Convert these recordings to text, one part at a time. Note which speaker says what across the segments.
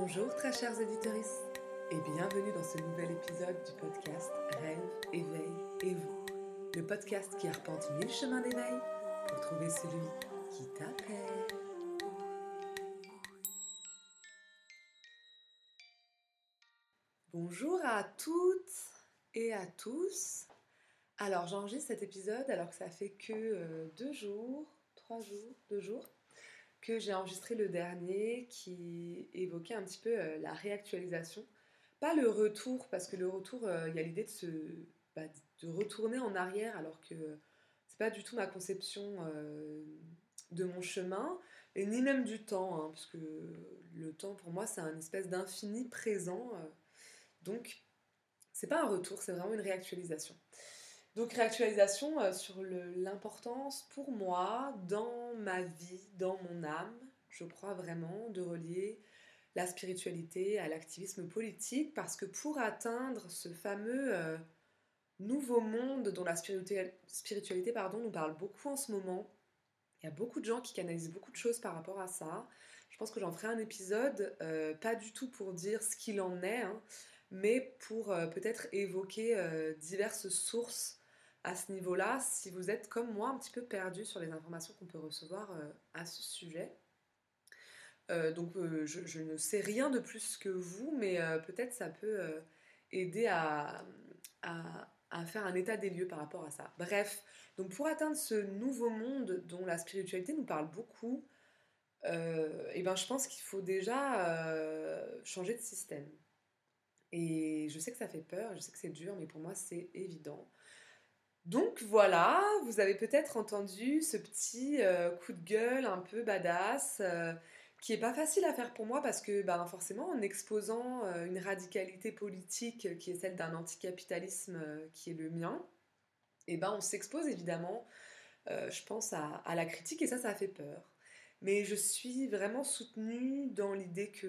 Speaker 1: Bonjour très chers auditeurs et bienvenue dans ce nouvel épisode du podcast Rêve, Éveil et vous. Le podcast qui arpente 1000 chemins d'éveil pour trouver celui qui t'appelle. Bonjour à toutes et à tous. Alors j'enregistre cet épisode alors que ça fait que 2 jours que j'ai enregistré le dernier qui évoquait un petit peu la réactualisation. Pas le retour, parce que le retour, il y a l'idée de retourner en arrière alors que c'est pas du tout ma conception de mon chemin, et ni même du temps, parce que le temps pour moi c'est un espèce d'infini présent, donc c'est pas un retour, c'est vraiment une réactualisation. Donc réactualisation sur l'importance pour moi, dans ma vie, dans mon âme, je crois vraiment, de relier la spiritualité à l'activisme politique, parce que pour atteindre ce fameux nouveau monde dont la spiritualité nous parle beaucoup en ce moment, il y a beaucoup de gens qui canalisent beaucoup de choses par rapport à ça. Je pense que j'en ferai un épisode, pas du tout pour dire ce qu'il en est, mais pour peut-être évoquer diverses sources à ce niveau-là, si vous êtes comme moi un petit peu perdu sur les informations qu'on peut recevoir à ce sujet. Je ne sais rien de plus que vous, mais peut-être ça peut aider à faire un état des lieux par rapport à ça. Bref, donc pour atteindre ce nouveau monde dont la spiritualité nous parle beaucoup, et ben je pense qu'il faut déjà changer de système. Et je sais que ça fait peur, je sais que c'est dur, mais pour moi c'est évident. Donc voilà, vous avez peut-être entendu ce petit coup de gueule un peu badass, qui est pas facile à faire pour moi parce que forcément en exposant une radicalité politique qui est celle d'un anticapitalisme qui est le mien, et on s'expose évidemment, je pense, à la critique, et ça fait peur. Mais je suis vraiment soutenue dans l'idée que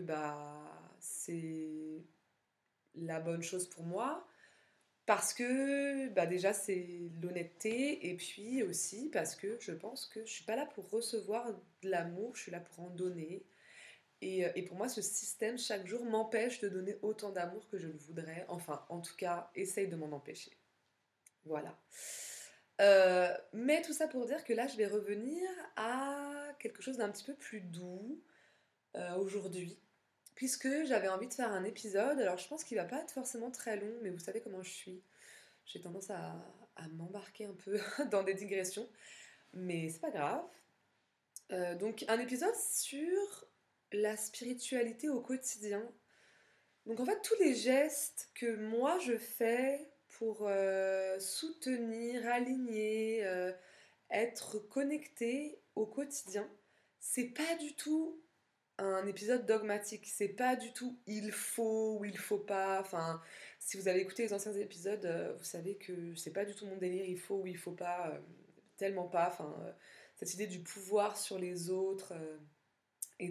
Speaker 1: c'est la bonne chose pour moi, parce que déjà c'est l'honnêteté, et puis aussi parce que je pense que je suis pas là pour recevoir de l'amour, je suis là pour en donner. Et pour moi ce système chaque jour m'empêche de donner autant d'amour que je le voudrais. Enfin en tout cas essaye de m'en empêcher. Voilà. Mais tout ça pour dire que là je vais revenir à quelque chose d'un petit peu plus doux aujourd'hui. Puisque j'avais envie de faire un épisode, alors je pense qu'il va pas être forcément très long, mais vous savez comment je suis. J'ai tendance à m'embarquer un peu dans des digressions, mais c'est pas grave. Donc un épisode sur la spiritualité au quotidien. Donc en fait tous les gestes que moi je fais pour soutenir, aligner, être connecté au quotidien, c'est pas du tout un épisode dogmatique, c'est pas du tout il faut ou il faut pas. Enfin, si vous avez écouté les anciens épisodes, vous savez que c'est pas du tout mon délire, il faut ou il faut pas, tellement pas. Enfin, cette idée du pouvoir sur les autres, et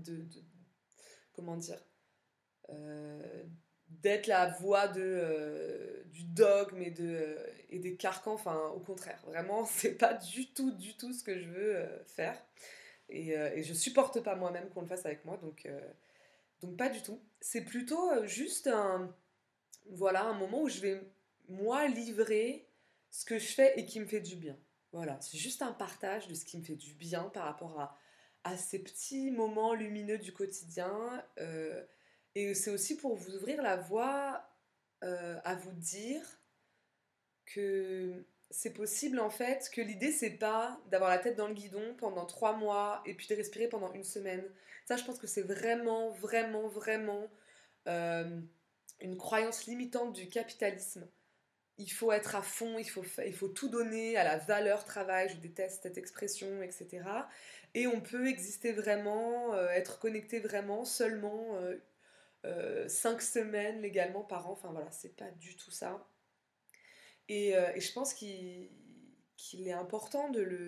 Speaker 1: comment dire, euh, d'être la voix du dogme et des carcans. Enfin, au contraire, vraiment, c'est pas du tout ce que je veux faire. Et je supporte pas moi-même qu'on le fasse avec moi, donc pas du tout. C'est plutôt juste voilà, un moment où je vais, moi, livrer ce que je fais et qui me fait du bien. Voilà, c'est juste un partage de ce qui me fait du bien par rapport à ces petits moments lumineux du quotidien. Et c'est aussi pour vous ouvrir la voie à vous dire que c'est possible en fait, que l'idée c'est pas d'avoir la tête dans le guidon pendant 3 mois et puis de respirer pendant une semaine. Ça, je pense que c'est vraiment, vraiment, vraiment euh, une croyance limitante du capitalisme. Il faut être à fond, il faut tout donner à la valeur travail, je déteste cette expression, etc. Et on peut exister vraiment, être connecté vraiment seulement 5 semaines légalement par an. Enfin voilà, c'est pas du tout ça. Et je pense qu'il est important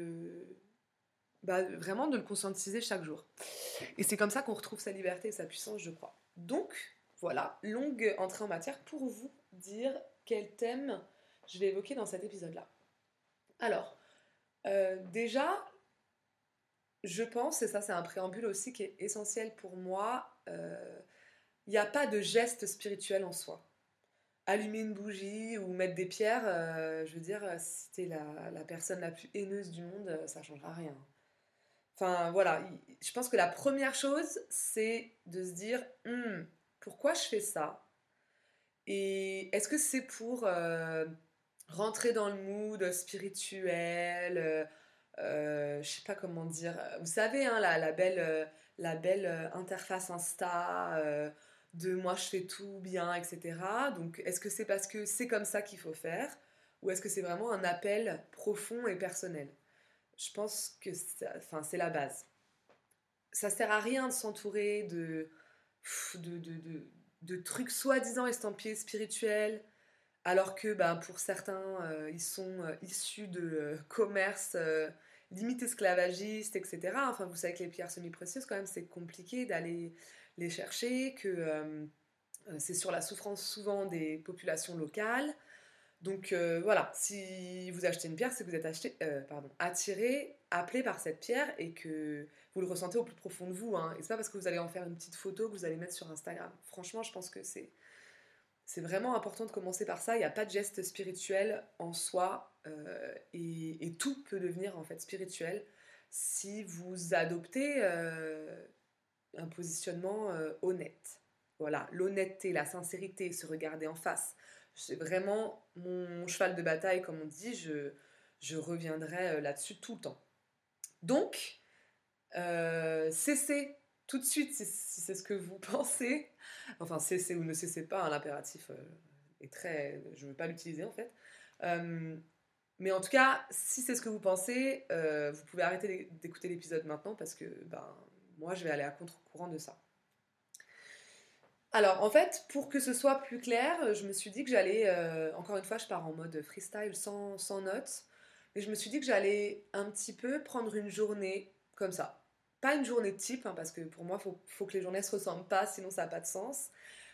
Speaker 1: vraiment de le conscientiser chaque jour. Et c'est comme ça qu'on retrouve sa liberté et sa puissance, je crois. Donc, voilà, longue entrée en matière pour vous dire quel thème je vais évoquer dans cet épisode-là. Alors, déjà, je pense, et ça c'est un préambule aussi qui est essentiel pour moi, il n'y a pas de geste spirituel en soi. Allumer une bougie ou mettre des pierres, je veux dire, si t'es la personne la plus haineuse du monde, ça changera rien. Enfin voilà, je pense que la première chose, c'est de se dire, pourquoi je fais ça? Et est-ce que c'est pour rentrer dans le mood spirituel, je sais pas comment dire, vous savez, hein, la belle interface Insta de moi je fais tout bien, etc. Donc est-ce que c'est parce que c'est comme ça qu'il faut faire ou est-ce que c'est vraiment un appel profond et personnel? Je pense que enfin, c'est la base. Ça sert à rien de s'entourer de, de, de, de trucs soi-disant estampillés spirituels, alors que bah, pour certains, ils sont issus de commerces limite esclavagistes, etc. Enfin, vous savez que les pierres semi-précieuses, quand même, c'est compliqué d'aller les chercher, que c'est sur la souffrance souvent des populations locales. Donc voilà, si vous achetez une pierre, c'est que vous êtes attiré, appelé par cette pierre et que vous le ressentez au plus profond de vous. Hein. Et c'est pas parce que vous allez en faire une petite photo que vous allez mettre sur Instagram. Franchement, je pense que c'est vraiment important de commencer par ça. Il n'y a pas de geste spirituel en soi et tout peut devenir en fait spirituel si vous adoptez un positionnement honnête. Voilà, l'honnêteté, la sincérité, se regarder en face. C'est vraiment mon cheval de bataille, comme on dit. Je reviendrai là-dessus tout le temps. Donc, cessez tout de suite si c'est ce que vous pensez. Enfin, cessez ou ne cessez pas, hein, l'impératif est très... Je ne veux pas l'utiliser en fait. Euh, mais en tout cas, si c'est ce que vous pensez, vous pouvez arrêter d'écouter l'épisode maintenant parce que ben, moi, je vais aller à contre-courant de ça. Alors, en fait, pour que ce soit plus clair, je me suis dit que j'allais... encore une fois, je pars en mode freestyle sans notes. Mais je me suis dit que j'allais un petit peu prendre une journée comme ça. Pas une journée type, hein, parce que pour moi, faut que les journées se ressemblent pas, sinon ça n'a pas de sens.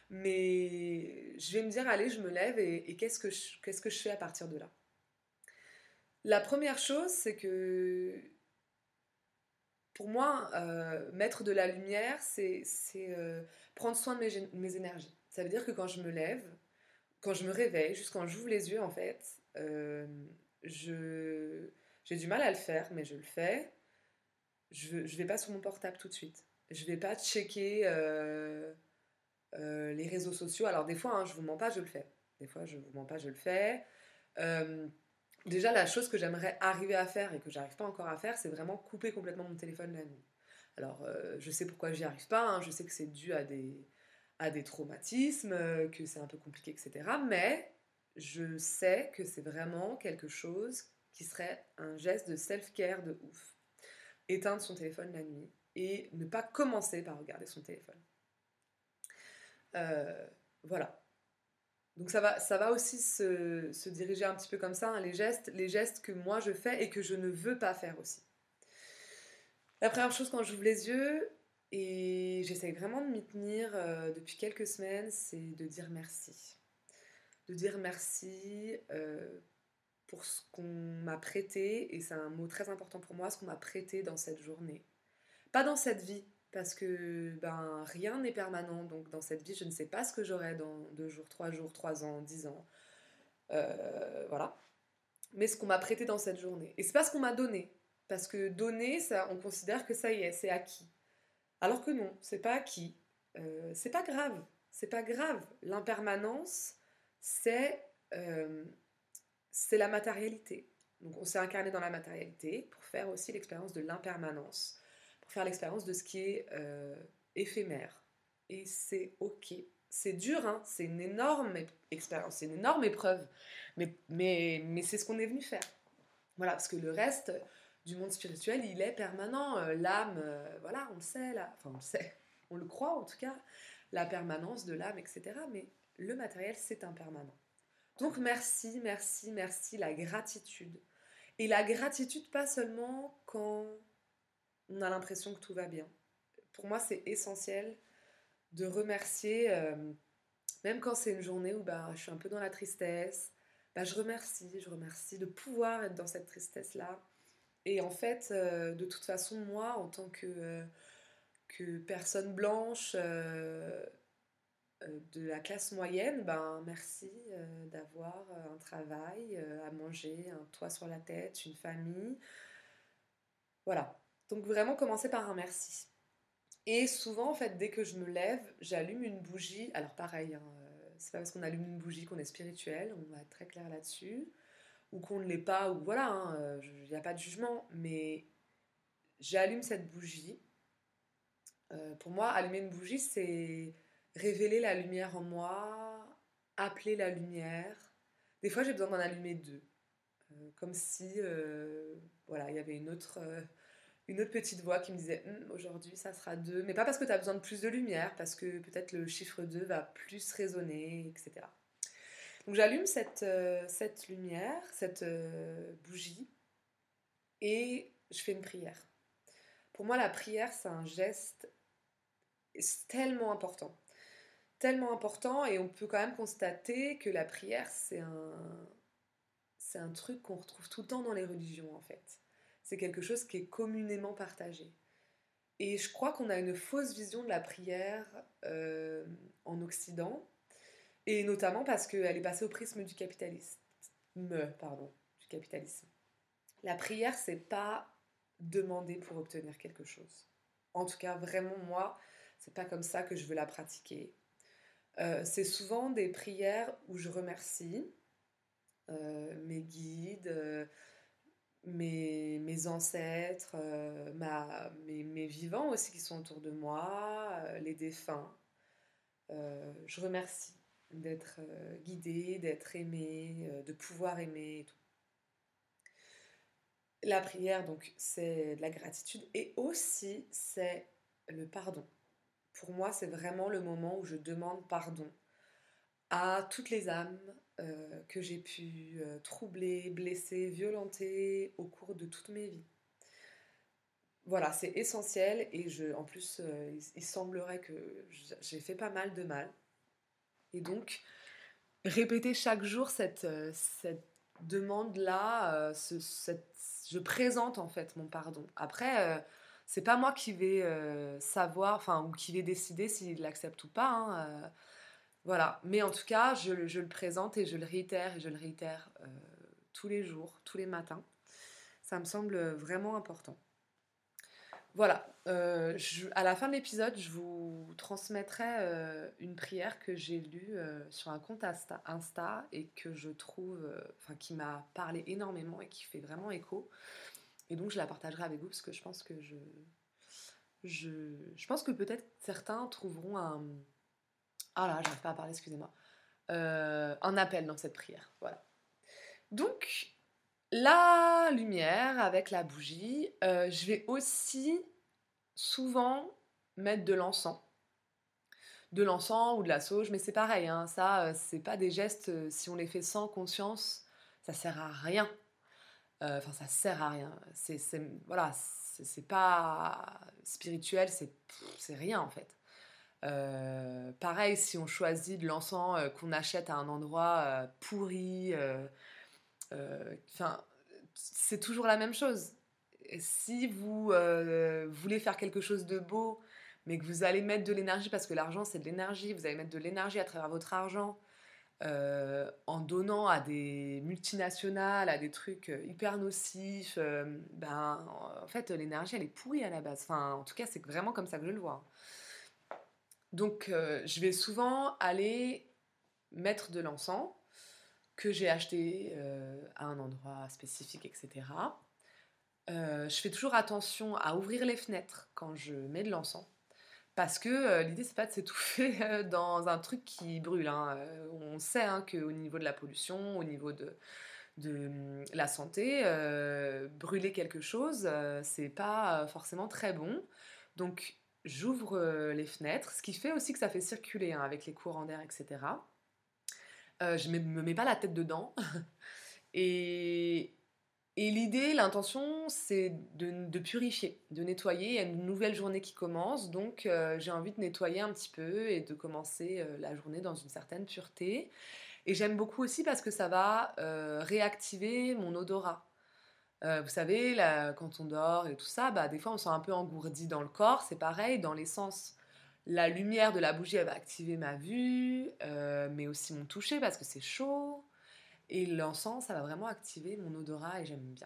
Speaker 1: Mais je vais me dire, allez, je me lève et qu'est-ce que je fais à partir de là? La première chose, c'est que pour moi, mettre de la lumière, c'est prendre soin de mes énergies. Ça veut dire que quand je me lève, quand je me réveille, juste quand j'ouvre les yeux, en fait, je, j'ai du mal à le faire, mais je le fais. Je vais pas sur mon portable tout de suite. Je vais pas checker les réseaux sociaux. Alors des fois, hein, je vous mens pas, je le fais. Des fois, je vous mens pas, je le fais. Euh, Déjà, la chose que j'aimerais arriver à faire et que j'arrive pas encore à faire, c'est vraiment couper complètement mon téléphone la nuit. Alors, je sais pourquoi j'y arrive pas, hein, je sais que c'est dû à des traumatismes, que c'est un peu compliqué, etc. Mais je sais que c'est vraiment quelque chose qui serait un geste de self-care de ouf. Éteindre son téléphone la nuit et ne pas commencer par regarder son téléphone. Euh, voilà. Donc ça va aussi se diriger un petit peu comme ça, hein, les gestes que moi je fais et que je ne veux pas faire aussi. La première chose quand j'ouvre les yeux, et j'essaye vraiment de m'y tenir depuis quelques semaines, c'est de dire merci. De dire merci pour ce qu'on m'a prêté, et c'est un mot très important pour moi, ce qu'on m'a prêté dans cette journée. Pas dans cette vie, parce que ben, rien n'est permanent, donc dans cette vie, je ne sais pas ce que j'aurai dans 2 jours, 3 ans, 10 ans. Voilà. Mais ce qu'on m'a prêté dans cette journée. Et c'est pas ce qu'on m'a donné. Parce que donner, ça, on considère que ça y est, c'est acquis. Alors que non, c'est pas acquis. C'est pas grave. C'est pas grave. L'impermanence, c'est euh, c'est la matérialité. Donc on s'est incarné dans la matérialité pour faire aussi l'expérience de l'impermanence, pour faire l'expérience de ce qui est éphémère. Et c'est ok. C'est dur, hein, c'est une énorme expérience, c'est une énorme épreuve, mais c'est ce qu'on est venu faire. Voilà, parce que le reste du monde spirituel, il est permanent. L'âme, voilà, on le sait, là. Enfin, on le sait, on le croit en tout cas, la permanence de l'âme, etc. Mais le matériel, c'est impermanent. Donc merci, merci, merci, la gratitude. Et la gratitude, pas seulement quand on a l'impression que tout va bien. Pour moi, c'est essentiel de remercier, même quand c'est une journée où bah, je suis un peu dans la tristesse, bah, je remercie de pouvoir être dans cette tristesse-là. Et en fait, de toute façon, moi, en tant que personne blanche, de la classe moyenne, ben merci d'avoir un travail, à manger, un toit sur la tête, une famille. Voilà. Donc vraiment commencer par un merci. Et souvent, en fait, dès que je me lève, j'allume une bougie. Alors pareil, hein, c'est pas parce qu'on allume une bougie qu'on est spirituel, on va être très clair là-dessus, ou qu'on ne l'est pas, ou voilà, il n'y a pas de jugement, mais j'allume cette bougie. Pour moi, allumer une bougie, c'est révéler la lumière en moi, appeler la lumière. Des fois, j'ai besoin d'en allumer deux, comme si, voilà, il y avait une autre petite voix qui me disait aujourd'hui ça sera 2, mais pas parce que tu as besoin de plus de lumière, parce que peut-être le chiffre 2 va plus résonner, etc. Donc j'allume cette lumière, cette bougie, et je fais une prière. Pour moi, la prière, c'est un geste tellement important, et on peut quand même constater que la prière, c'est un truc qu'on retrouve tout le temps dans les religions, en fait. C'est quelque chose qui est communément partagé. Et je crois qu'on a une fausse vision de la prière en Occident, et notamment parce qu'elle est passée au prisme du capitalisme. Du capitalisme. La prière, c'est pas demander pour obtenir quelque chose. En tout cas, vraiment, moi, c'est pas comme ça que je veux la pratiquer. C'est souvent des prières où je remercie mes guides, mes ancêtres, mes vivants aussi qui sont autour de moi, les défunts. Je remercie d'être guidée, d'être aimée, de pouvoir aimer et tout. La prière, donc, c'est de la gratitude et aussi c'est le pardon. Pour moi, c'est vraiment le moment où je demande pardon à toutes les âmes que j'ai pu troubler, blesser, violenter au cours de toute mes vies. Voilà, c'est essentiel et en plus, il semblerait que j'ai fait pas mal de mal. Et donc, répéter chaque jour cette demande-là, je présente en fait mon pardon. Après, c'est pas moi qui vais savoir, enfin, ou qui vais décider s'il l'accepte ou pas, hein, voilà. Mais en tout cas, je le présente et je le réitère tous les jours, tous les matins. Ça me semble vraiment important. Voilà, à la fin de l'épisode, je vous transmettrai une prière que j'ai lue sur un compte Insta et que je trouve, enfin qui m'a parlé énormément et qui fait vraiment écho. Et donc je la partagerai avec vous parce que je pense que je pense que peut-être certains trouveront un... Ah là, j'arrive pas à parler, excusez-moi. Un appel dans cette prière, voilà. Donc, la lumière avec la bougie, je vais aussi souvent mettre de l'encens. De l'encens ou de la sauge, mais c'est pareil, hein, ça, c'est pas des gestes, si on les fait sans conscience, ça sert à rien. Enfin, ça sert à rien. Voilà, c'est pas spirituel, c'est rien en fait. Pareil, si on choisit de l'encens qu'on achète à un endroit pourri, enfin, c'est toujours la même chose. Si vous voulez faire quelque chose de beau, mais que vous allez mettre de l'énergie, parce que l'argent c'est de l'énergie, vous allez mettre de l'énergie à travers votre argent, en donnant à des multinationales, à des trucs hyper nocifs, ben en fait l'énergie elle est pourrie à la base. Enfin, en tout cas, c'est vraiment comme ça que je le vois. Donc je vais souvent aller mettre de l'encens que j'ai acheté à un endroit spécifique, etc. Je fais toujours attention à ouvrir les fenêtres quand je mets de l'encens. Parce que l'idée, c'est pas de s'étouffer dans un truc qui brûle, hein. On sait hein, qu'au niveau de la pollution, au niveau de la santé, brûler quelque chose, c'est pas forcément très bon. Donc, j'ouvre les fenêtres, ce qui fait aussi que ça fait circuler hein, avec les courants d'air, etc. Je me mets pas la tête dedans. Et, l'idée, l'intention, c'est de purifier, de nettoyer. Il y a une nouvelle journée qui commence, donc j'ai envie de nettoyer un petit peu et de commencer la journée dans une certaine pureté. Et j'aime beaucoup aussi parce que ça va réactiver mon odorat. Vous savez, là, quand on dort et tout ça, bah, des fois on se sent un peu engourdi dans le corps, c'est pareil dans les sens. La lumière de la bougie, elle va activer ma vue, mais aussi mon toucher parce que c'est chaud. Et l'encens, ça va vraiment activer mon odorat et j'aime bien.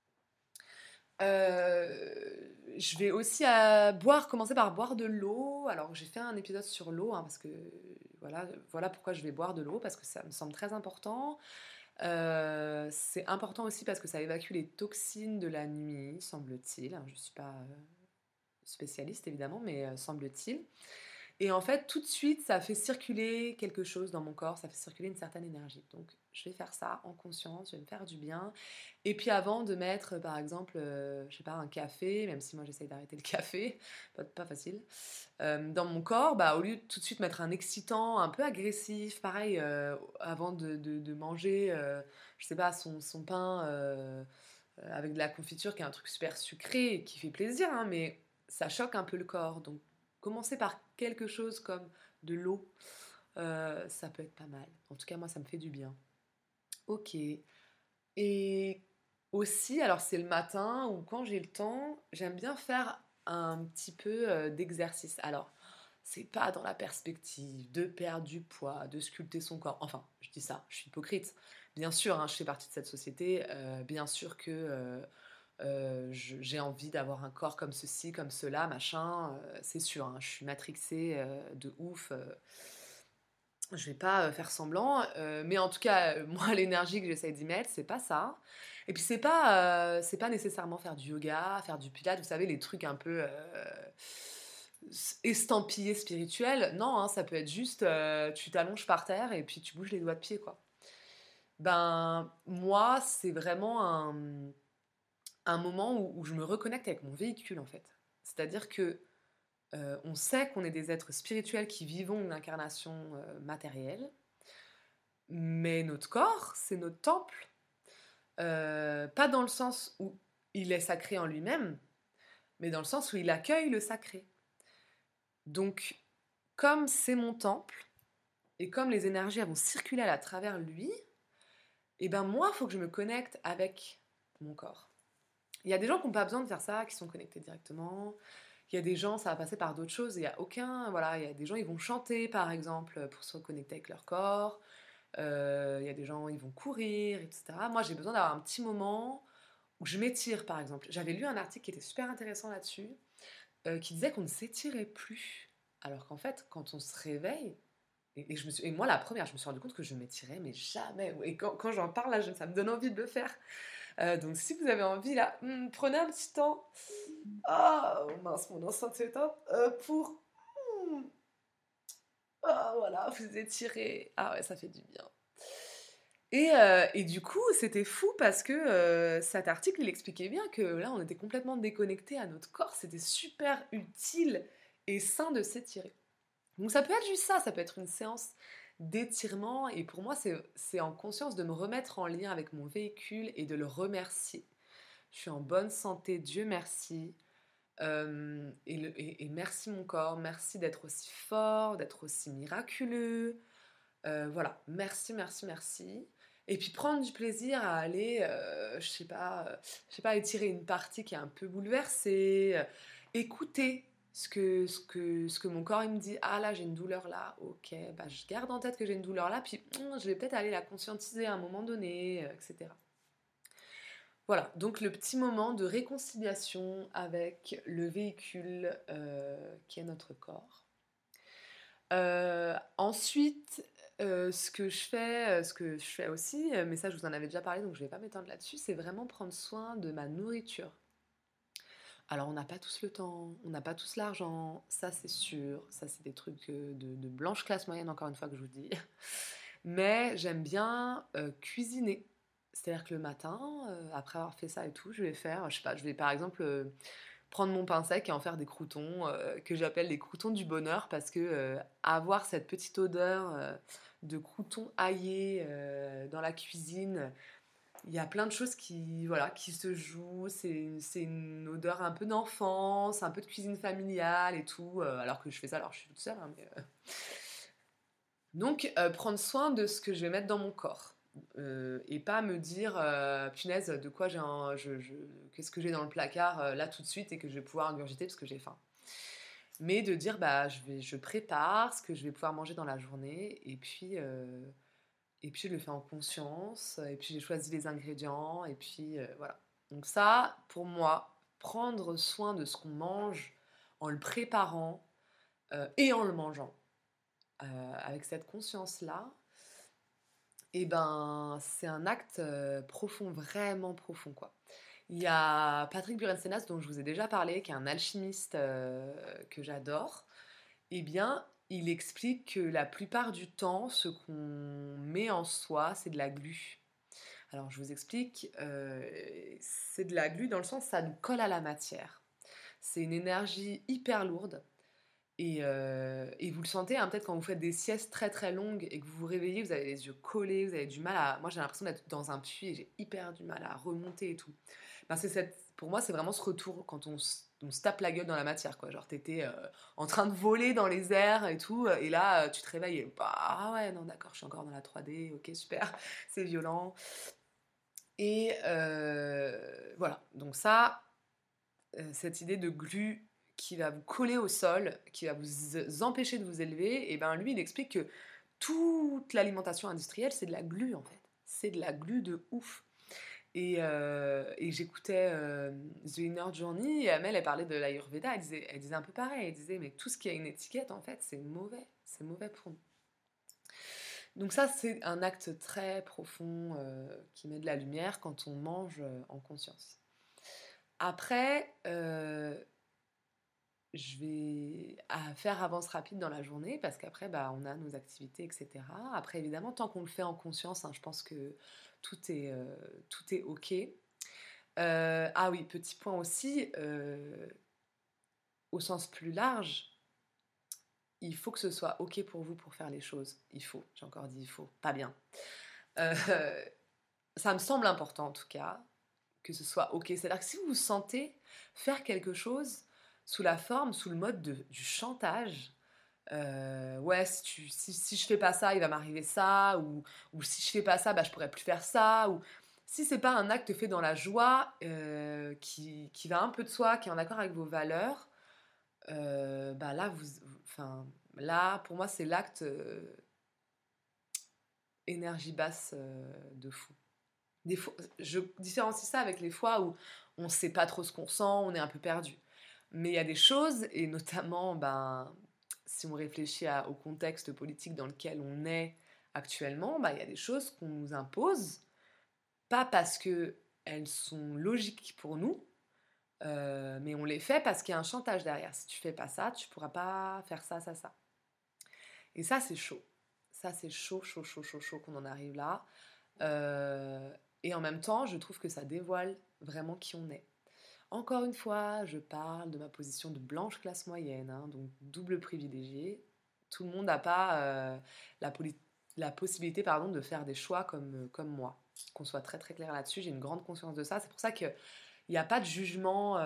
Speaker 1: Je vais aussi commencer par boire de l'eau. Alors j'ai fait un épisode sur l'eau, hein, parce que voilà pourquoi je vais boire de l'eau, parce que ça me semble très important. C'est important aussi parce que ça évacue les toxines de la nuit, semble-t-il. Je ne suis pas spécialiste évidemment, mais semble-t-il. Et en fait, tout de suite, ça fait circuler quelque chose dans mon corps, ça fait circuler une certaine énergie. Donc, je vais faire ça en conscience, je vais me faire du bien. Et puis avant de mettre, par exemple, je sais pas, un café, même si moi j'essaye d'arrêter le café, pas facile, dans mon corps, bah, au lieu de tout de suite mettre un excitant un peu agressif, pareil, avant de manger, je sais pas, son pain avec de la confiture, qui est un truc super sucré et qui fait plaisir, hein, mais ça choque un peu le corps. Donc, commencer par quelque chose comme de l'eau, ça peut être pas mal. En tout cas, moi, ça me fait du bien. Ok. Et aussi, alors c'est le matin ou quand j'ai le temps, j'aime bien faire un petit peu d'exercice. Alors, c'est pas dans la perspective de perdre du poids, de sculpter son corps. Enfin, je dis ça, je suis hypocrite. Bien sûr, hein, je fais partie de cette société. Bien sûr que j'ai envie d'avoir un corps comme ceci, comme cela, machin. C'est sûr, hein, je suis matrixée de ouf. Je vais pas faire semblant, mais en tout cas, moi, l'énergie que j'essaye d'y mettre, c'est pas ça. Et puis, c'est pas nécessairement faire du yoga, faire du pilates, vous savez, les trucs un peu estampillés spirituels. Non, hein, ça peut être juste, tu t'allonges par terre et puis tu bouges les doigts de pied, quoi. Ben, moi, c'est vraiment un moment où je me reconnecte avec mon véhicule, en fait. C'est-à-dire que on sait qu'on est des êtres spirituels qui vivons une incarnation matérielle, mais notre corps, c'est notre temple. Pas dans le sens où il est sacré en lui-même, mais dans le sens où il accueille le sacré. Donc, comme c'est mon temple, et comme les énergies vont circuler à travers lui, et ben moi, il faut que je me connecte avec mon corps. Il y a des gens qui n'ont pas besoin de faire ça, qui sont connectés directement. Il y a des gens, ça va passer par d'autres choses. Il y a aucun, voilà, il y a des gens, ils vont chanter, par exemple, pour se reconnecter avec leur corps. Il y a des gens, ils vont courir, etc. Moi, j'ai besoin d'avoir un petit moment où je m'étire, par exemple. J'avais lu un article qui était super intéressant là-dessus, qui disait qu'on ne s'étirait plus. Alors qu'en fait, quand on se réveille, et moi, la première, je me suis rendu compte que je m'étirais, mais jamais. Et quand j'en parle, là, ça me donne envie de le faire. Donc, si vous avez envie, là, prenez un petit temps. Oh, mince, mon enceinte s'éteint. Pour. Ah, voilà, vous étirez. Ah ouais, ça fait du bien. Et du coup, c'était fou parce que cet article, il expliquait bien que là, on était complètement déconnecté à notre corps. C'était super utile et sain de s'étirer. Donc ça peut être juste ça peut être une séance d'étirement. Et pour moi, c'est en conscience de me remettre en lien avec mon véhicule et de le remercier. Je suis en bonne santé, Dieu merci. Et merci mon corps, merci d'être aussi fort, d'être aussi miraculeux. Voilà, merci, merci, merci. Et puis prendre du plaisir à aller, je sais pas, étirer une partie qui est un peu bouleversée, écouter ce que mon corps il me dit. Ah là, j'ai une douleur là, ok, bah je garde en tête que j'ai une douleur là, puis je vais peut-être aller la conscientiser à un moment donné, etc. Voilà, donc le petit moment de réconciliation avec le véhicule qui est notre corps. Ensuite, ce que je fais aussi, mais ça je vous en avais déjà parlé donc je vais pas m'étendre là-dessus, c'est vraiment prendre soin de ma nourriture. Alors on n'a pas tous le temps, on n'a pas tous l'argent, ça c'est sûr, ça c'est des trucs de blanche classe moyenne encore une fois que je vous dis. Mais j'aime bien cuisiner. C'est-à-dire que le matin, après avoir fait ça et tout, je vais faire, je sais pas, je vais par exemple prendre mon pain sec et en faire des croûtons que j'appelle les croûtons du bonheur parce que avoir cette petite odeur de croûtons aillés dans la cuisine, il y a plein de choses qui se jouent. C'est une odeur un peu d'enfance, un peu de cuisine familiale et tout. Alors que je fais ça, alors je suis toute seule. Hein, mais, Donc, prendre soin de ce que je vais mettre dans mon corps. Et pas me dire, punaise, de quoi qu'est-ce que j'ai dans le placard là tout de suite et que je vais pouvoir ingurgiter parce que j'ai faim. mais de dire, bah, je prépare ce que je vais pouvoir manger dans la journée, et puis je le fais en conscience, et puis j'ai choisi les ingrédients, et puis voilà. Donc ça, pour moi, prendre soin de ce qu'on mange en le préparant et en le mangeant, avec cette conscience-là, et ben c'est un acte profond, vraiment profond, quoi. Il y a Patrick Burensenas, dont je vous ai déjà parlé, qui est un alchimiste que j'adore. Eh bien, il explique que la plupart du temps, ce qu'on met en soi, c'est de la glu. Alors, je vous explique, c'est de la glu dans le sens ça nous colle à la matière. C'est une énergie hyper lourde. Et vous le sentez, hein, peut-être quand vous faites des siestes très très longues et que vous vous réveillez, vous avez les yeux collés, vous avez du mal à... Moi, j'ai l'impression d'être dans un puits et j'ai hyper du mal à remonter et tout. Ben, pour moi, c'est vraiment ce retour quand on se tape la gueule dans la matière, quoi. Genre, t'étais en train de voler dans les airs et tout, et là, tu te réveilles et bah, ah ouais, non, d'accord, je suis encore dans la 3D, ok, super, c'est violent. Et voilà, donc ça, cette idée de glu qui va vous coller au sol, qui va vous empêcher de vous élever, et ben lui, il explique que toute l'alimentation industrielle, c'est de la glu, en fait. C'est de la glu de ouf. Et j'écoutais The Inner Journey, et Amel, elle parlait de l'Ayurveda, elle disait un peu pareil, elle disait, mais tout ce qui a une étiquette, en fait, c'est mauvais pour nous. Donc ça, c'est un acte très profond qui met de la lumière quand on mange en conscience. Après, je vais faire avance rapide dans la journée parce qu'après, bah, on a nos activités, etc. Après, évidemment, tant qu'on le fait en conscience, hein, je pense que tout est OK. Ah oui, petit point aussi, au sens plus large, il faut que ce soit OK pour vous pour faire les choses. Il faut, j'ai encore dit il faut, pas bien. Euh, Ça me semble important en tout cas, que ce soit OK. C'est-à-dire que si vous vous sentez faire quelque chose sous la forme, sous le mode du chantage, ouais, si je fais pas ça, il va m'arriver ça, ou si je fais pas ça, bah, je pourrais plus faire ça, ou si c'est pas un acte fait dans la joie, qui va un peu de soi, qui est en accord avec vos valeurs, bah là, enfin, là, pour moi, c'est l'acte énergie basse de fou. Des fois, je différencie ça avec les fois où on sait pas trop ce qu'on sent, on est un peu perdu. Mais il y a des choses, et notamment, ben, si on réfléchit au contexte politique dans lequel on est actuellement, ben, il y a des choses qu'on nous impose, pas parce qu'elles sont logiques pour nous, mais on les fait parce qu'il y a un chantage derrière. Si tu fais pas ça, tu pourras pas faire ça, ça, ça. Et ça, c'est chaud. Ça, c'est chaud, chaud, chaud, chaud, chaud qu'on en arrive là. Euh, et en même temps, je trouve que ça dévoile vraiment qui on est. Encore une fois, je parle de ma position de blanche classe moyenne, hein, donc double privilégiée. Tout le monde n'a pas la, la possibilité de faire des choix comme moi. Qu'on soit très très clair là-dessus, j'ai une grande conscience de ça. C'est pour ça qu'il n'y a pas de jugement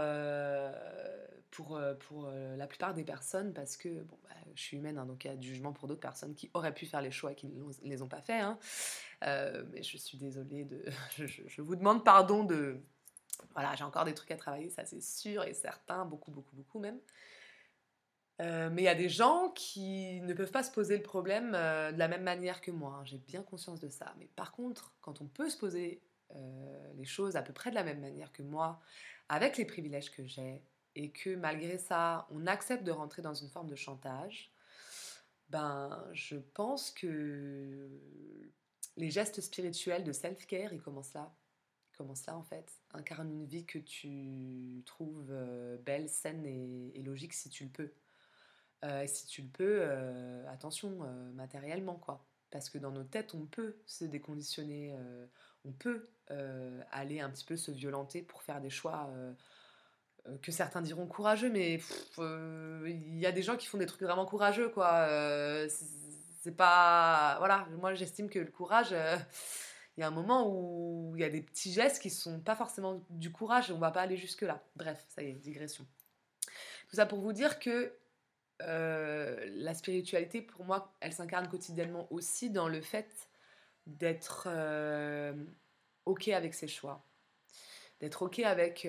Speaker 1: pour la plupart des personnes, parce que bon, bah, je suis humaine, hein, donc il y a du jugement pour d'autres personnes qui auraient pu faire les choix et qui ne les ont pas fait. Hein. Mais je suis désolée je vous demande pardon de... Voilà, j'ai encore des trucs à travailler, ça c'est sûr et certain, beaucoup, beaucoup, beaucoup même. Mais il y a des gens qui ne peuvent pas se poser le problème de la même manière que moi, hein, j'ai bien conscience de ça. Mais par contre, quand on peut se poser les choses à peu près de la même manière que moi, avec les privilèges que j'ai, et que malgré ça, on accepte de rentrer dans une forme de chantage, ben, je pense que les gestes spirituels de self-care, ils commencent là. Comment ça en fait? Incarne une vie que tu trouves belle, saine et logique si tu le peux. Et si tu le peux, attention, matériellement quoi. Parce que dans nos têtes, on peut se déconditionner, on peut aller un petit peu se violenter pour faire des choix que certains diront courageux, mais il y a des gens qui font des trucs vraiment courageux quoi. C'est pas... Voilà, moi j'estime que le courage... il y a un moment où il y a des petits gestes qui sont pas forcément du courage et on va pas aller jusque là. Bref, ça y est, digression. Tout ça pour vous dire que la spiritualité, pour moi, elle s'incarne quotidiennement aussi dans le fait d'être OK avec ses choix. d'être ok avec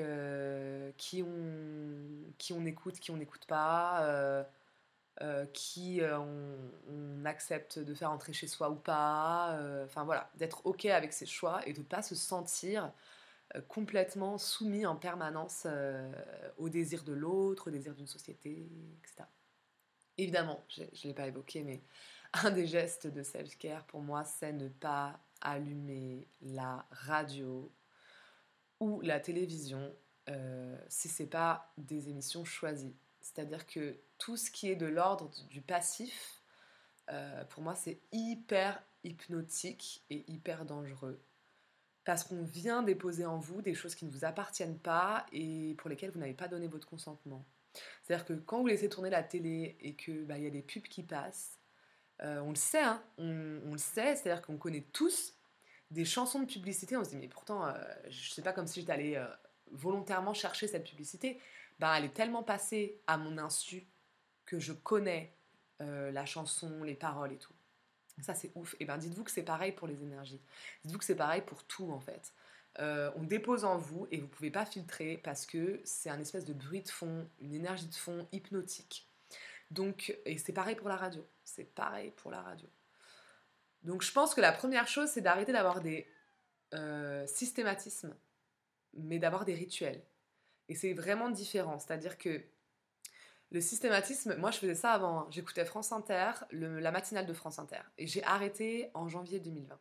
Speaker 1: qui on écoute, qui on n'écoute pas, qui on accepte de faire entrer chez soi ou pas. Enfin voilà, d'être ok avec ses choix et de ne pas se sentir complètement soumis en permanence au désir de l'autre, au désir d'une société, etc. Évidemment, je ne l'ai pas évoqué, mais un des gestes de self-care pour moi, c'est ne pas allumer la radio ou la télévision si c'est pas des émissions choisies. C'est-à-dire que tout ce qui est de l'ordre du passif, pour moi, c'est hyper hypnotique et hyper dangereux. Parce qu'on vient déposer en vous des choses qui ne vous appartiennent pas et pour lesquelles vous n'avez pas donné votre consentement. C'est-à-dire que quand vous laissez tourner la télé et que y a des pubs qui passent, on le sait, hein, on le sait, c'est-à-dire qu'on connaît tous des chansons de publicité, on se dit mais pourtant, je sais pas comme si j'étais allée volontairement chercher cette publicité, elle est tellement passée à mon insu que je connais la chanson, les paroles et tout. Ça c'est ouf. Et dites-vous que c'est pareil pour les énergies. Dites-vous que c'est pareil pour tout en fait. On dépose en vous et vous pouvez pas filtrer parce que c'est un espèce de bruit de fond, une énergie de fond hypnotique. Donc, et c'est pareil pour la radio. C'est pareil pour la radio. Donc je pense que la première chose, c'est d'arrêter d'avoir des systématismes, mais d'avoir des rituels. Et c'est vraiment différent. C'est-à-dire que le systématisme, moi je faisais ça avant. Hein. J'écoutais France Inter, la matinale de France Inter. Et j'ai arrêté en janvier 2020.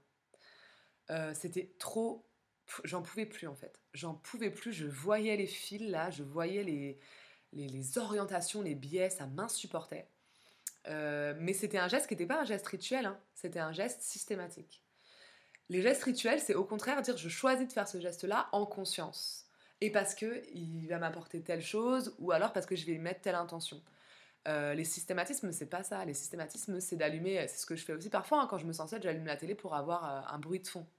Speaker 1: C'était trop... J'en pouvais plus en fait. J'en pouvais plus. Je voyais les fils là, je voyais les orientations, les biais, ça m'insupportait. Mais c'était un geste qui n'était pas un geste rituel, hein. C'était un geste systématique. Les gestes rituels, c'est au contraire dire je choisis de faire ce geste-là en conscience. Et parce qu'il va m'apporter telle chose, ou alors parce que je vais y mettre telle intention. Les systématismes, c'est pas ça. Les systématismes, c'est d'allumer, c'est ce que je fais aussi parfois, hein, quand je me sens seule, j'allume la télé pour avoir un bruit de fond.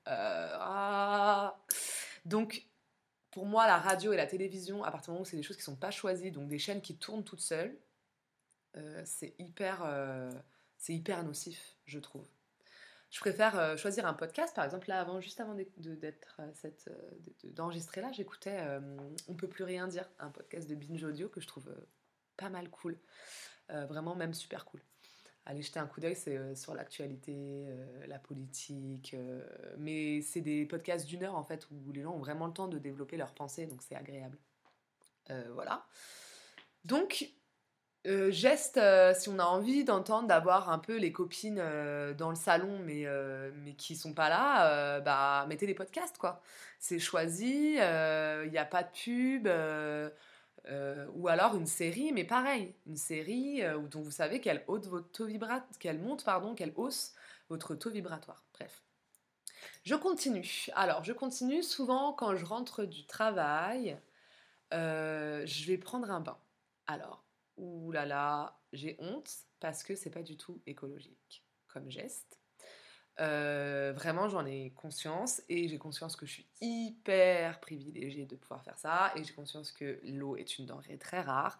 Speaker 1: Donc, pour moi, la radio et la télévision, à partir du moment où c'est des choses qui sont pas choisies, donc des chaînes qui tournent toutes seules, c'est hyper nocif, je trouve. Je préfère choisir un podcast, par exemple, là, juste avant d'enregistrer là, j'écoutais On peut plus rien dire, un podcast de Binge Audio que je trouve pas mal cool, vraiment même super cool. Allez jeter un coup d'œil, c'est sur l'actualité, la politique, mais c'est des podcasts d'1 heure en fait où les gens ont vraiment le temps de développer leurs pensées, donc c'est agréable. Voilà. Donc, geste, si on a envie d'entendre, d'avoir un peu les copines dans le salon, mais qui sont pas là, mettez des podcasts, quoi. C'est choisi, il n'y a pas de pub, ou alors une série, mais pareil, une série dont vous savez qu'elle monte qu'elle hausse votre taux vibratoire. Bref. Je continue. Alors, je continue souvent quand je rentre du travail, je vais prendre un bain. Alors, ouh là là, j'ai honte parce que c'est pas du tout écologique comme geste. Vraiment, j'en ai conscience et j'ai conscience que je suis hyper privilégiée de pouvoir faire ça et j'ai conscience que l'eau est une denrée très rare.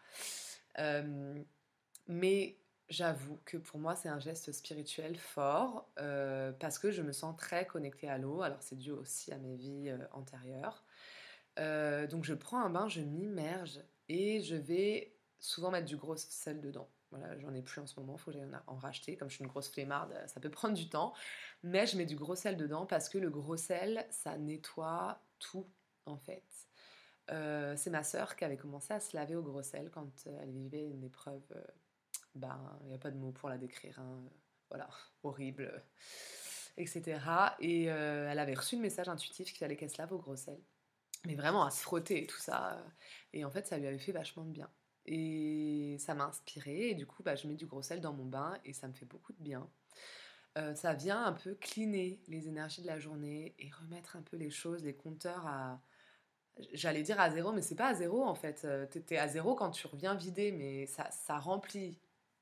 Speaker 1: Mais j'avoue que pour moi, c'est un geste spirituel fort parce que je me sens très connectée à l'eau. Alors, c'est dû aussi à mes vies antérieures. Donc je prends un bain, je m'immerge et je vais souvent mettre du gros sel dedans. Voilà, j'en ai plus en ce moment, il faut que j'aille en racheter. Comme je suis une grosse flemmarde, ça peut prendre du temps. Mais je mets du gros sel dedans parce que le gros sel, ça nettoie tout en fait. C'est ma sœur qui avait commencé à se laver au gros sel quand elle vivait une épreuve. Il n'y a pas de mots pour la décrire. Hein. Voilà, horrible, etc. Et elle avait reçu le message intuitif qu'il fallait qu'elle se lave au gros sel. Mais vraiment à se frotter et tout ça. Et en fait, ça lui avait fait vachement de bien. Et ça m'a inspirée. Et du coup, je mets du gros sel dans mon bain et ça me fait beaucoup de bien. Ça vient un peu cleaner les énergies de la journée et remettre un peu les choses, les compteurs j'allais dire à zéro, mais c'est pas à zéro en fait. T'es à zéro quand tu reviens vider, mais ça remplit.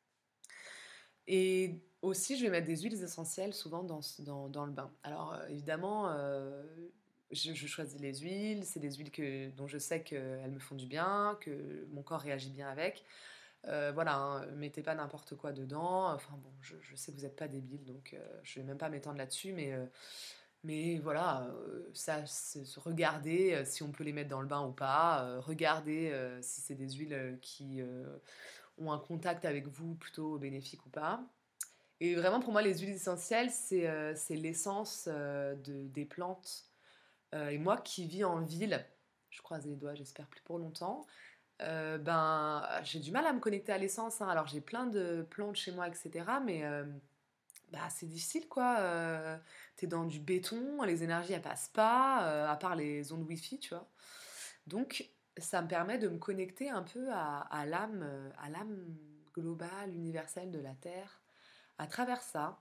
Speaker 1: Et aussi, je vais mettre des huiles essentielles souvent dans le bain. Alors, évidemment, je choisis les huiles. C'est des huiles dont je sais qu'elles me font du bien, que mon corps réagit bien avec. Voilà, hein, mettez pas n'importe quoi dedans. Enfin bon, je sais que vous n'êtes pas débile, donc je vais même pas m'étendre là-dessus, mais Mais voilà, ça, se regarder si on peut les mettre dans le bain ou pas, regarder si c'est des huiles qui ont un contact avec vous plutôt bénéfique ou pas. Et vraiment, pour moi, les huiles essentielles, c'est l'essence des plantes. Et moi qui vis en ville, je croise les doigts, j'espère plus pour longtemps, ben, j'ai du mal à me connecter à l'essence, hein. Alors, j'ai plein de plantes chez moi, etc. Mais bah, c'est difficile, quoi. T'es dans du béton, les énergies, elles passent pas, à part les ondes Wi-Fi, tu vois. Donc, ça me permet de me connecter un peu à l'âme globale, universelle de la Terre. À travers ça,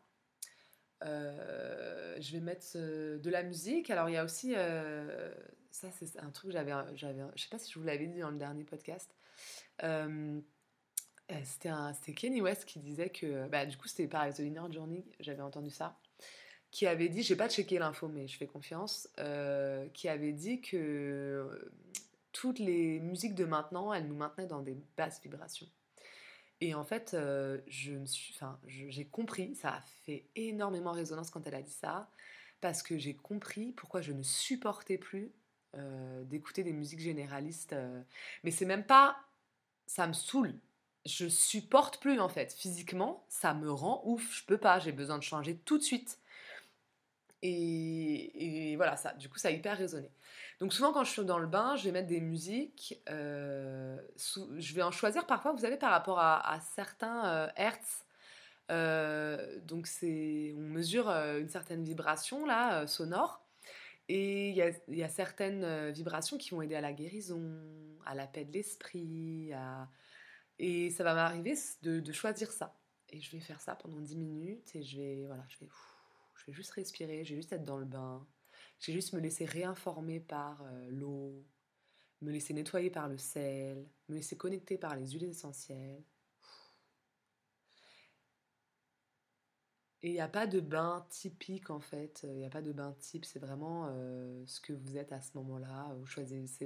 Speaker 1: je vais mettre de la musique. Alors, il y a aussi, ça c'est un truc que je sais pas si je vous l'avais dit dans le dernier podcast. Euh, c'était Kanye West qui disait que, bah, du coup, c'était pareil, The Inner Journey, j'avais entendu ça, qui avait dit, j'ai pas checké l'info, mais je fais confiance, qui avait dit que toutes les musiques de maintenant, elles nous maintenaient dans des basses vibrations. Et en fait, j'ai compris, ça a fait énormément résonance quand elle a dit ça, parce que j'ai compris pourquoi je ne supportais plus d'écouter des musiques généralistes. Mais c'est même pas, ça me saoule. Je supporte plus en fait. Physiquement, ça me rend ouf. Je peux pas. J'ai besoin de changer tout de suite. Et voilà, ça, du coup, ça a hyper résonné. Donc souvent, quand je suis dans le bain, je vais mettre des musiques. Je vais en choisir parfois, vous savez, par rapport à certains hertz. Donc on mesure une certaine vibration là, sonore. Et il y a certaines vibrations qui vont aider à la guérison, à la paix de l'esprit. Et ça va m'arriver de choisir ça. Et je vais faire ça pendant 10 minutes et voilà, je vais juste respirer, je vais juste être dans le bain. Je vais juste me laisser réinformer par l'eau, me laisser nettoyer par le sel, me laisser connecter par les huiles essentielles. Et il n'y a pas de bain typique en fait, il n'y a pas de bain type, c'est vraiment ce que vous êtes à ce moment-là. Vous choisissez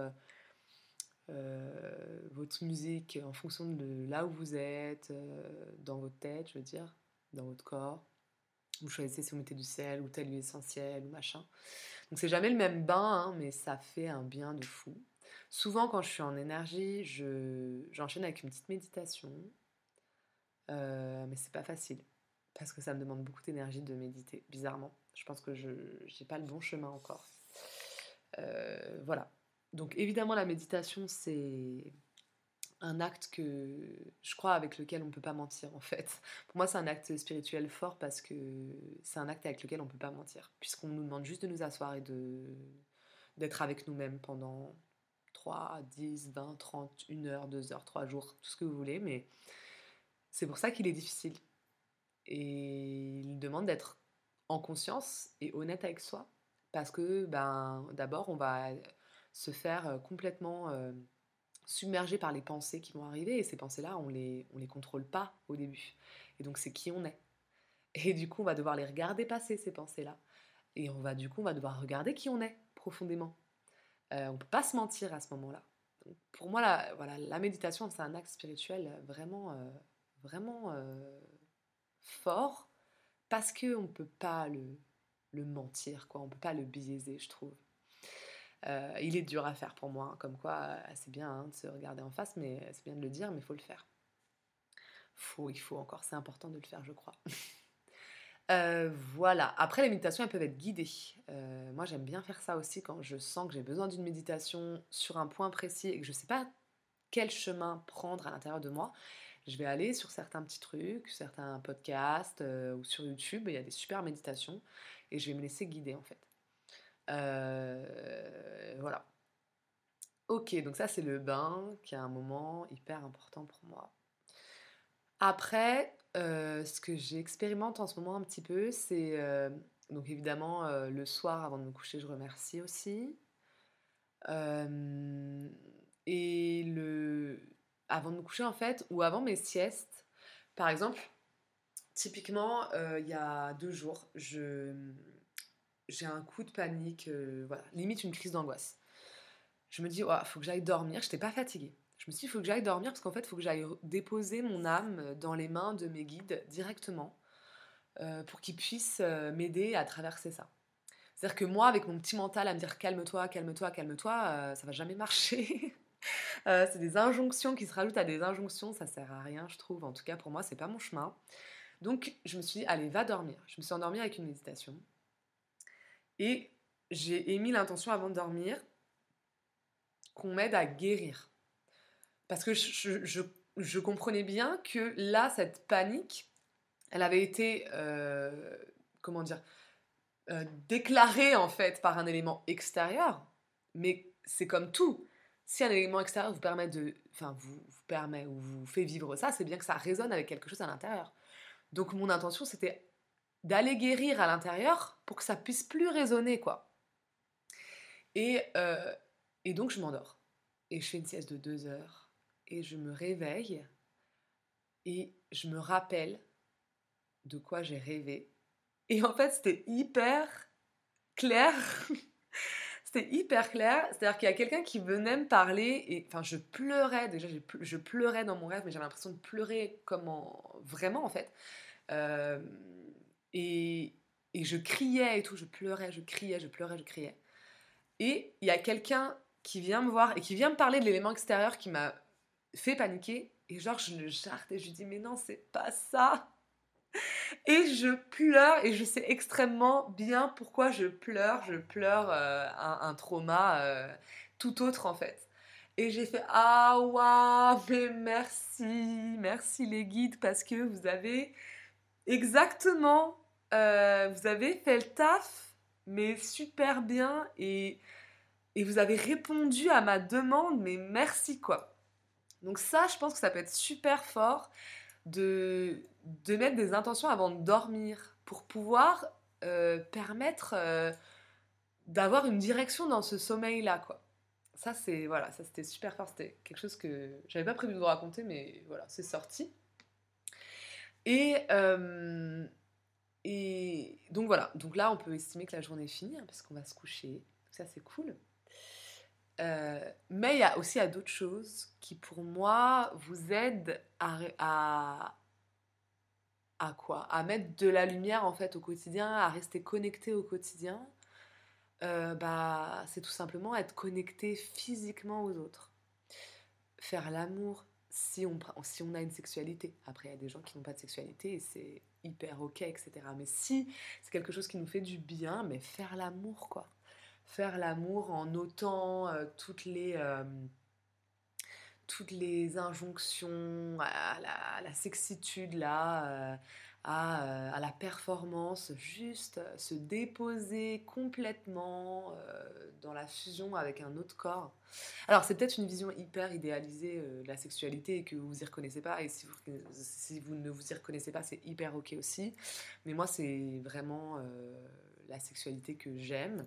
Speaker 1: votre musique en fonction de là où vous êtes, dans votre tête, je veux dire, dans votre corps. Vous choisissez si vous mettez du sel ou telle huile essentielle ou machin. Donc c'est jamais le même bain, hein, mais ça fait un bien de fou. Souvent quand je suis en énergie, j'enchaîne avec une petite méditation, mais c'est pas facile parce que ça me demande beaucoup d'énergie de méditer, bizarrement. Je pense que je n'ai pas le bon chemin encore. Voilà. Donc évidemment la méditation c'est un acte que je crois avec lequel on ne peut pas mentir en fait. Pour moi c'est un acte spirituel fort parce que c'est un acte avec lequel on ne peut pas mentir puisqu'on nous demande juste de nous asseoir et d'être avec nous-mêmes pendant 3, 10, 20, 30, 1 heure, 2 heures, 3 jours, tout ce que vous voulez, mais c'est pour ça qu'il est difficile. Et il demande d'être en conscience et honnête avec soi parce que ben, d'abord on va se faire complètement submergé par les pensées qui vont arriver et ces pensées-là, on les contrôle pas au début. Et donc c'est qui on est. Et du coup, on va devoir les regarder passer ces pensées-là. Et on va devoir regarder qui on est profondément. On peut pas se mentir à ce moment-là. Donc, pour moi, voilà, la méditation, c'est un acte spirituel vraiment, vraiment fort parce que on peut pas le mentir, quoi. On peut pas le biaiser, je trouve. Il est dur à faire pour moi, hein, comme quoi c'est bien hein, de se regarder en face, mais c'est bien de le dire, mais il faut le faire. Il faut encore, c'est important de le faire, je crois. Voilà. Après, les méditations, elles peuvent être guidées. Moi, j'aime bien faire ça aussi quand je sens que j'ai besoin d'une méditation sur un point précis et que je ne sais pas quel chemin prendre à l'intérieur de moi. Je vais aller sur certains petits trucs, certains podcasts ou sur YouTube, il y a des super méditations et je vais me laisser guider en fait. Voilà. Ok, donc ça c'est le bain qui est un moment hyper important pour moi. Après, ce que j'expérimente en ce moment un petit peu, c'est donc évidemment le soir avant de me coucher, je remercie aussi. Euh, et avant de me coucher en fait, ou avant mes siestes, par exemple, typiquement il y a 2 jours, j'ai un coup de panique, voilà, limite une crise d'angoisse. Je me dis, oh, faut que j'aille dormir. Je n'étais pas fatiguée. Je me suis dit, il faut que j'aille dormir parce qu'en fait, il faut que j'aille déposer mon âme dans les mains de mes guides directement pour qu'ils puissent m'aider à traverser ça. C'est-à-dire que moi, avec mon petit mental à me dire calme-toi, calme-toi, calme-toi, ça va jamais marcher. C'est des injonctions qui se rajoutent à des injonctions, ça sert à rien, je trouve. En tout cas, pour moi, c'est pas mon chemin. Donc, je me suis dit, allez, va dormir. Je me suis endormie avec une méditation. Et j'ai émis l'intention avant de dormir qu'on m'aide à guérir. Parce que je comprenais bien que là, cette panique, elle avait été, comment dire, déclarée en fait par un élément extérieur. Mais c'est comme tout. Si un élément extérieur vous permet vous permet ou vous fait vivre ça, c'est bien que ça résonne avec quelque chose à l'intérieur. Donc mon intention, c'était d'aller guérir à l'intérieur pour que ça puisse plus résonner, quoi. Et, euh, et donc je m'endors. Et je fais une sieste de 2 heures. Et je me réveille. Et je me rappelle de quoi j'ai rêvé. Et en fait, c'était hyper clair. C'était hyper clair. C'est-à-dire qu'il y a quelqu'un qui venait me parler. Et enfin, je pleurais. Déjà, je pleurais dans mon rêve, mais j'avais l'impression de pleurer vraiment, en fait. Euh, et, et je criais et tout. Je pleurais, je criais, je pleurais, je criais. Et il y a quelqu'un qui vient me voir et qui vient me parler de l'élément extérieur qui m'a fait paniquer. Et genre, je le jarte et je lui dis, mais non, c'est pas ça. Et je pleure et je sais extrêmement bien pourquoi je pleure. Je pleure un trauma tout autre en fait. Et j'ai fait ah waouh, mais merci les guides parce que vous avez exactement, vous avez fait le taf, mais super bien et vous avez répondu à ma demande, mais merci quoi. Donc ça, je pense que ça peut être super fort de mettre des intentions avant de dormir pour pouvoir permettre d'avoir une direction dans ce sommeil-là, quoi. Ça, voilà, ça c'était super fort. C'était quelque chose que j'avais pas prévu de vous raconter, mais voilà, c'est sorti. Et, euh, et donc voilà, donc là on peut estimer que la journée est finie hein, parce qu'on va se coucher. Donc ça c'est cool. Mais il y a aussi d'autres choses qui pour moi vous aident à quoi? À mettre de la lumière en fait au quotidien, à rester connecté au quotidien. Bah, c'est tout simplement être connecté physiquement aux autres. Faire l'amour si on a une sexualité. Après, il y a des gens qui n'ont pas de sexualité et c'est hyper ok, etc. Mais si c'est quelque chose qui nous fait du bien, mais faire l'amour quoi. Faire l'amour en ôtant toutes les injonctions à la sexitude, là, à la performance, juste se déposer complètement dans la fusion avec un autre corps. Alors, c'est peut-être une vision hyper idéalisée de la sexualité et que vous y reconnaissez pas. Et si vous ne vous y reconnaissez pas, c'est hyper ok aussi. Mais moi, c'est vraiment la sexualité que j'aime.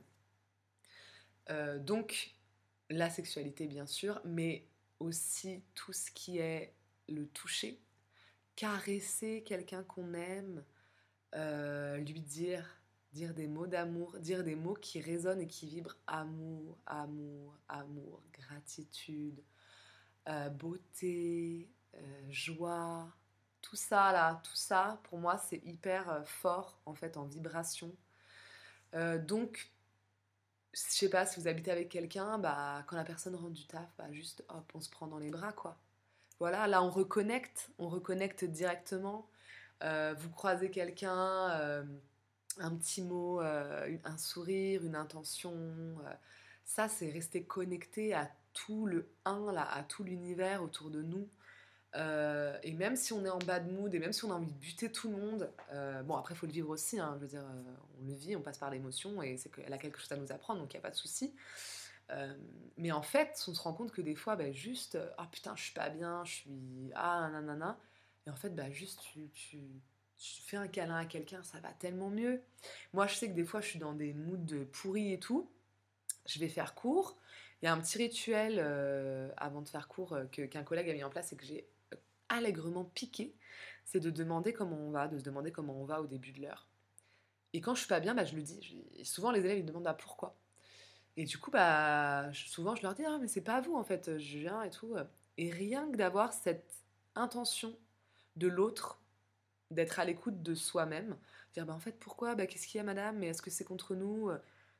Speaker 1: Donc, la sexualité, bien sûr, mais aussi tout ce qui est le toucher, caresser quelqu'un qu'on aime, lui dire des mots d'amour, dire des mots qui résonnent et qui vibrent amour, amour, amour, gratitude, beauté, joie, tout ça là, tout ça pour moi c'est hyper fort en fait en vibration. Donc je sais pas, si vous habitez avec quelqu'un, bah, quand la personne rentre du taf, bah, juste hop, on se prend dans les bras, quoi. Voilà, là on reconnecte directement. Vous croisez quelqu'un, un petit mot, un sourire, une intention. Ça, c'est rester connecté à tout le un, là, à tout l'univers autour de nous. Et même si on est en bad mood et même si on a envie de buter tout le monde, bon après il faut le vivre aussi, hein, je veux dire, on le vit, on passe par l'émotion et c'est qu'elle a quelque chose à nous apprendre donc il n'y a pas de souci. Mais en fait, on se rend compte que des fois, bah, juste, ah putain, je suis pas bien, je suis ah nanana, et en fait, bah juste tu fais un câlin à quelqu'un, ça va tellement mieux. Moi, je sais que des fois, je suis dans des moods de pourris et tout, je vais faire court. Il y a un petit rituel avant de faire court qu'un collègue a mis en place et que j'ai allègrement piqué, c'est de demander comment on va, de se demander comment on va au début de l'heure. Et quand je suis pas bien, bah, je le dis. Et souvent, les élèves ils me demandent bah, pourquoi. Et du coup, bah, souvent, je leur dis ah, mais c'est pas à vous en fait, je viens et tout. Et rien que d'avoir cette intention de l'autre, d'être à l'écoute de soi-même, dire bah, en fait, pourquoi bah, qu'est-ce qu'il y a, madame, mais est-ce que c'est contre nous?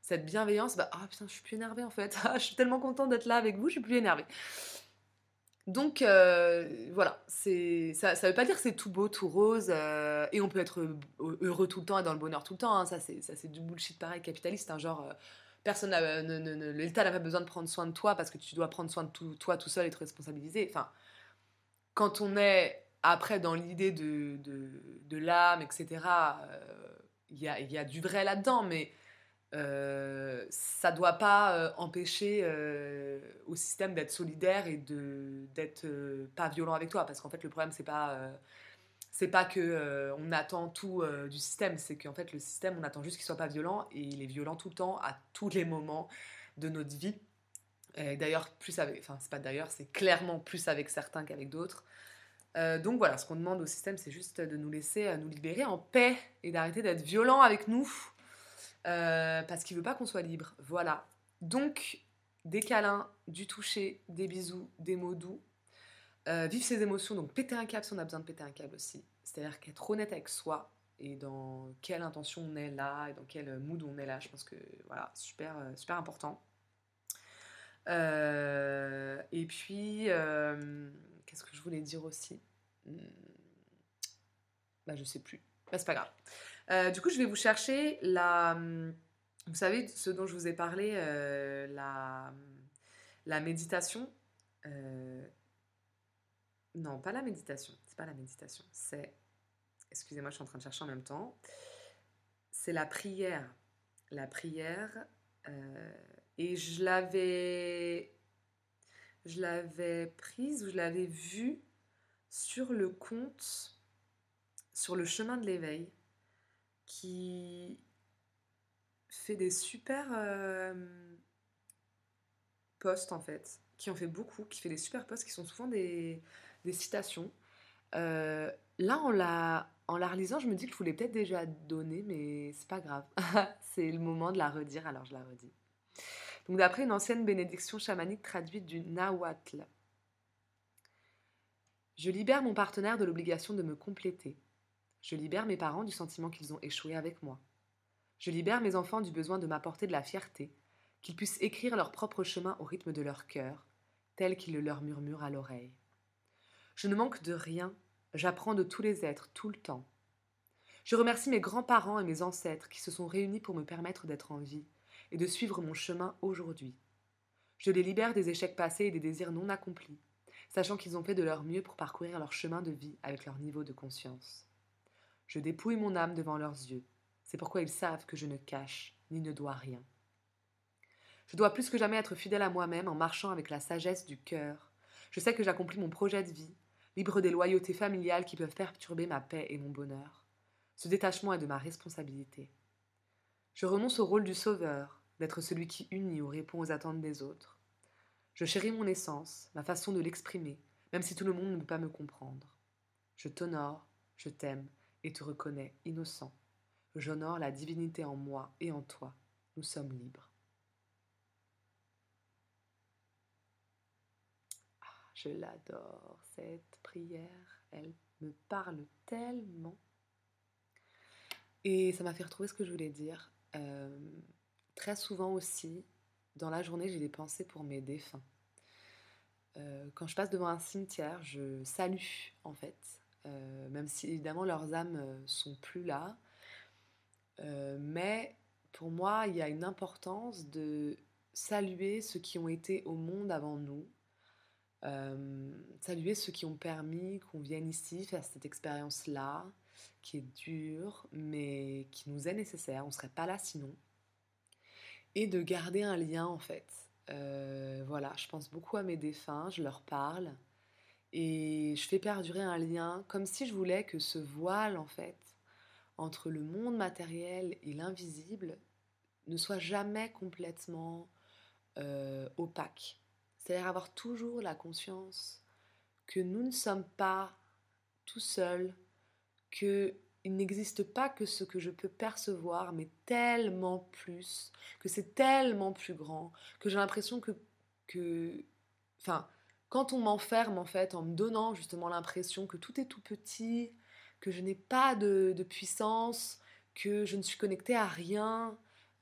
Speaker 1: cette bienveillance, ah putain, je suis plus énervée en fait. Je suis tellement contente d'être là avec vous, je suis plus énervée. Donc voilà, ça veut pas dire que c'est tout beau, tout rose, et on peut être heureux tout le temps et dans le bonheur tout le temps, hein. Ça c'est du bullshit pareil capitaliste, hein, genre personne l'État n'a pas besoin de prendre soin de toi parce que tu dois prendre soin de toi tout seul et te responsabiliser. Enfin, quand on est après dans l'idée de l'âme, etc., il y a du vrai là-dedans, mais ça doit pas empêcher au système d'être solidaire et d'être pas violent avec toi, parce qu'en fait le problème c'est pas que on attend tout du système, c'est qu'en fait le système on attend juste qu'il soit pas violent, et il est violent tout le temps à tous les moments de notre vie. Et d'ailleurs plus avec, enfin c'est pas d'ailleurs, c'est clairement plus avec certains qu'avec d'autres. Donc voilà, ce qu'on demande au système, c'est juste de nous laisser nous libérer en paix et d'arrêter d'être violent avec nous, parce qu'il veut pas qu'on soit libre. Voilà. Donc, des câlins, du toucher, des bisous, des mots doux. Vivre ses émotions, donc péter un câble si on a besoin de péter un câble aussi. C'est-à-dire qu'être honnête avec soi et dans quelle intention on est là et dans quel mood on est là. Je pense que voilà, super, super important. Et puis, qu'est-ce que je voulais dire aussi? Je sais plus. C'est pas grave. Du coup, je vais vous chercher vous savez, ce dont je vous ai parlé, la méditation. Non, pas la méditation. C'est pas la méditation. C'est... Excusez-moi, je suis en train de chercher en même temps. C'est la prière. La prière. Et je l'avais prise ou je l'avais vue sur le compte, sur le chemin de l'éveil, qui fait des super posts en fait, qui en fait beaucoup, qui fait des super posts qui sont souvent des citations. Là, en la relisant, je me dis que je voulais peut-être déjà donner, mais c'est pas grave. C'est le moment de la redire, alors je la redis. Donc d'après une ancienne bénédiction chamanique traduite du nahuatl. Je libère mon partenaire de l'obligation de me compléter. Je libère mes parents du sentiment qu'ils ont échoué avec moi. Je libère mes enfants du besoin de m'apporter de la fierté, qu'ils puissent écrire leur propre chemin au rythme de leur cœur, tel qu'ils le leur murmurent à l'oreille. Je ne manque de rien, j'apprends de tous les êtres, tout le temps. Je remercie mes grands-parents et mes ancêtres qui se sont réunis pour me permettre d'être en vie et de suivre mon chemin aujourd'hui. Je les libère des échecs passés et des désirs non accomplis, sachant qu'ils ont fait de leur mieux pour parcourir leur chemin de vie avec leur niveau de conscience. Je dépouille mon âme devant leurs yeux. C'est pourquoi ils savent que je ne cache ni ne dois rien. Je dois plus que jamais être fidèle à moi-même en marchant avec la sagesse du cœur. Je sais que j'accomplis mon projet de vie, libre des loyautés familiales qui peuvent perturber ma paix et mon bonheur. Ce détachement est de ma responsabilité. Je renonce au rôle du sauveur, d'être celui qui unit ou répond aux attentes des autres. Je chéris mon essence, ma façon de l'exprimer, même si tout le monde ne peut pas me comprendre. Je t'honore, je t'aime et te reconnais innocent. J'honore la divinité en moi et en toi. Nous sommes libres. Je l'adore, cette prière. Elle me parle tellement. Et ça m'a fait retrouver ce que je voulais dire. Très souvent aussi, dans la journée, j'ai des pensées pour mes défunts. Quand je passe devant un cimetière, je salue, en fait. Même si, évidemment, leurs âmes sont plus là. Mais pour moi, il y a une importance de saluer ceux qui ont été au monde avant nous, saluer ceux qui ont permis qu'on vienne ici faire cette expérience-là, qui est dure, mais qui nous est nécessaire, on ne serait pas là sinon, et de garder un lien en fait. Voilà, je pense beaucoup à mes défunts, je leur parle, et je fais perdurer un lien, comme si je voulais que ce voile en fait, entre le monde matériel et l'invisible, ne soit jamais complètement opaque. C'est-à-dire avoir toujours la conscience que nous ne sommes pas tout seuls, qu'il n'existe pas que ce que je peux percevoir, mais tellement plus, que c'est tellement plus grand, que j'ai l'impression enfin, quand on m'enferme en fait, en me donnant justement l'impression que tout est tout petit, que je n'ai pas de puissance, que je ne suis connectée à rien,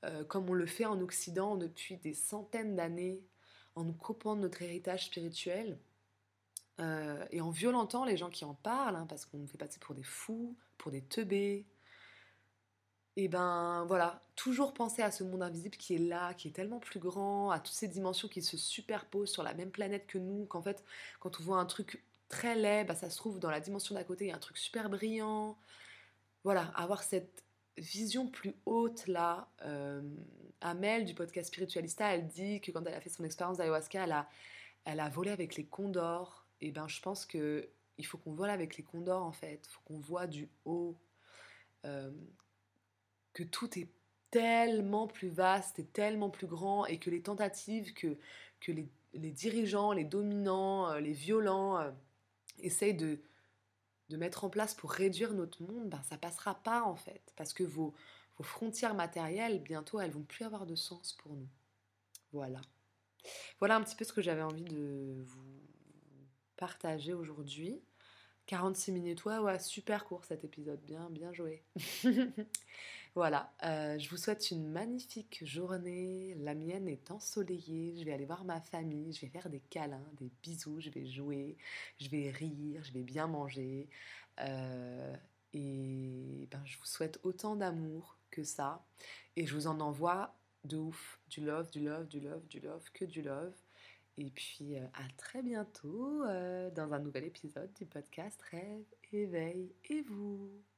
Speaker 1: comme on le fait en Occident depuis des centaines d'années, en nous coupant de notre héritage spirituel, et en violentant les gens qui en parlent, hein, parce qu'on nous fait passer pour des fous, pour des teubés. Et ben voilà, toujours penser à ce monde invisible qui est là, qui est tellement plus grand, à toutes ces dimensions qui se superposent sur la même planète que nous, qu'en fait, quand on voit un truc très laid, bah, ça se trouve dans la dimension d'à côté, il y a un truc super brillant. Voilà, avoir cette vision plus haute là. Amel du podcast Spiritualista, elle dit que quand elle a fait son expérience d'ayahuasca, elle a volé avec les condors. Et ben je pense que il faut qu'on vole avec les condors en fait, il faut qu'on voit du haut. Euh, que tout est tellement plus vaste et tellement plus grand et que les tentatives que les dirigeants, les dominants, les violents essayent de mettre en place pour réduire notre monde, ben, ça passera pas en fait. Parce que vos frontières matérielles, bientôt, elles vont plus avoir de sens pour nous. Voilà. Voilà un petit peu ce que j'avais envie de vous partager aujourd'hui. 46 minutes, ouais, super court cet épisode, bien joué. Voilà, je vous souhaite une magnifique journée. La mienne est ensoleillée. Je vais aller voir ma famille, je vais faire des câlins, des bisous, je vais jouer, je vais rire, je vais bien manger. Euh, et ben, je vous souhaite autant d'amour que ça. Et je vous en envoie de ouf. Du love, du love, du love, du love, que du love. Et puis à très bientôt dans un nouvel épisode du podcast Rêve, éveil et vous.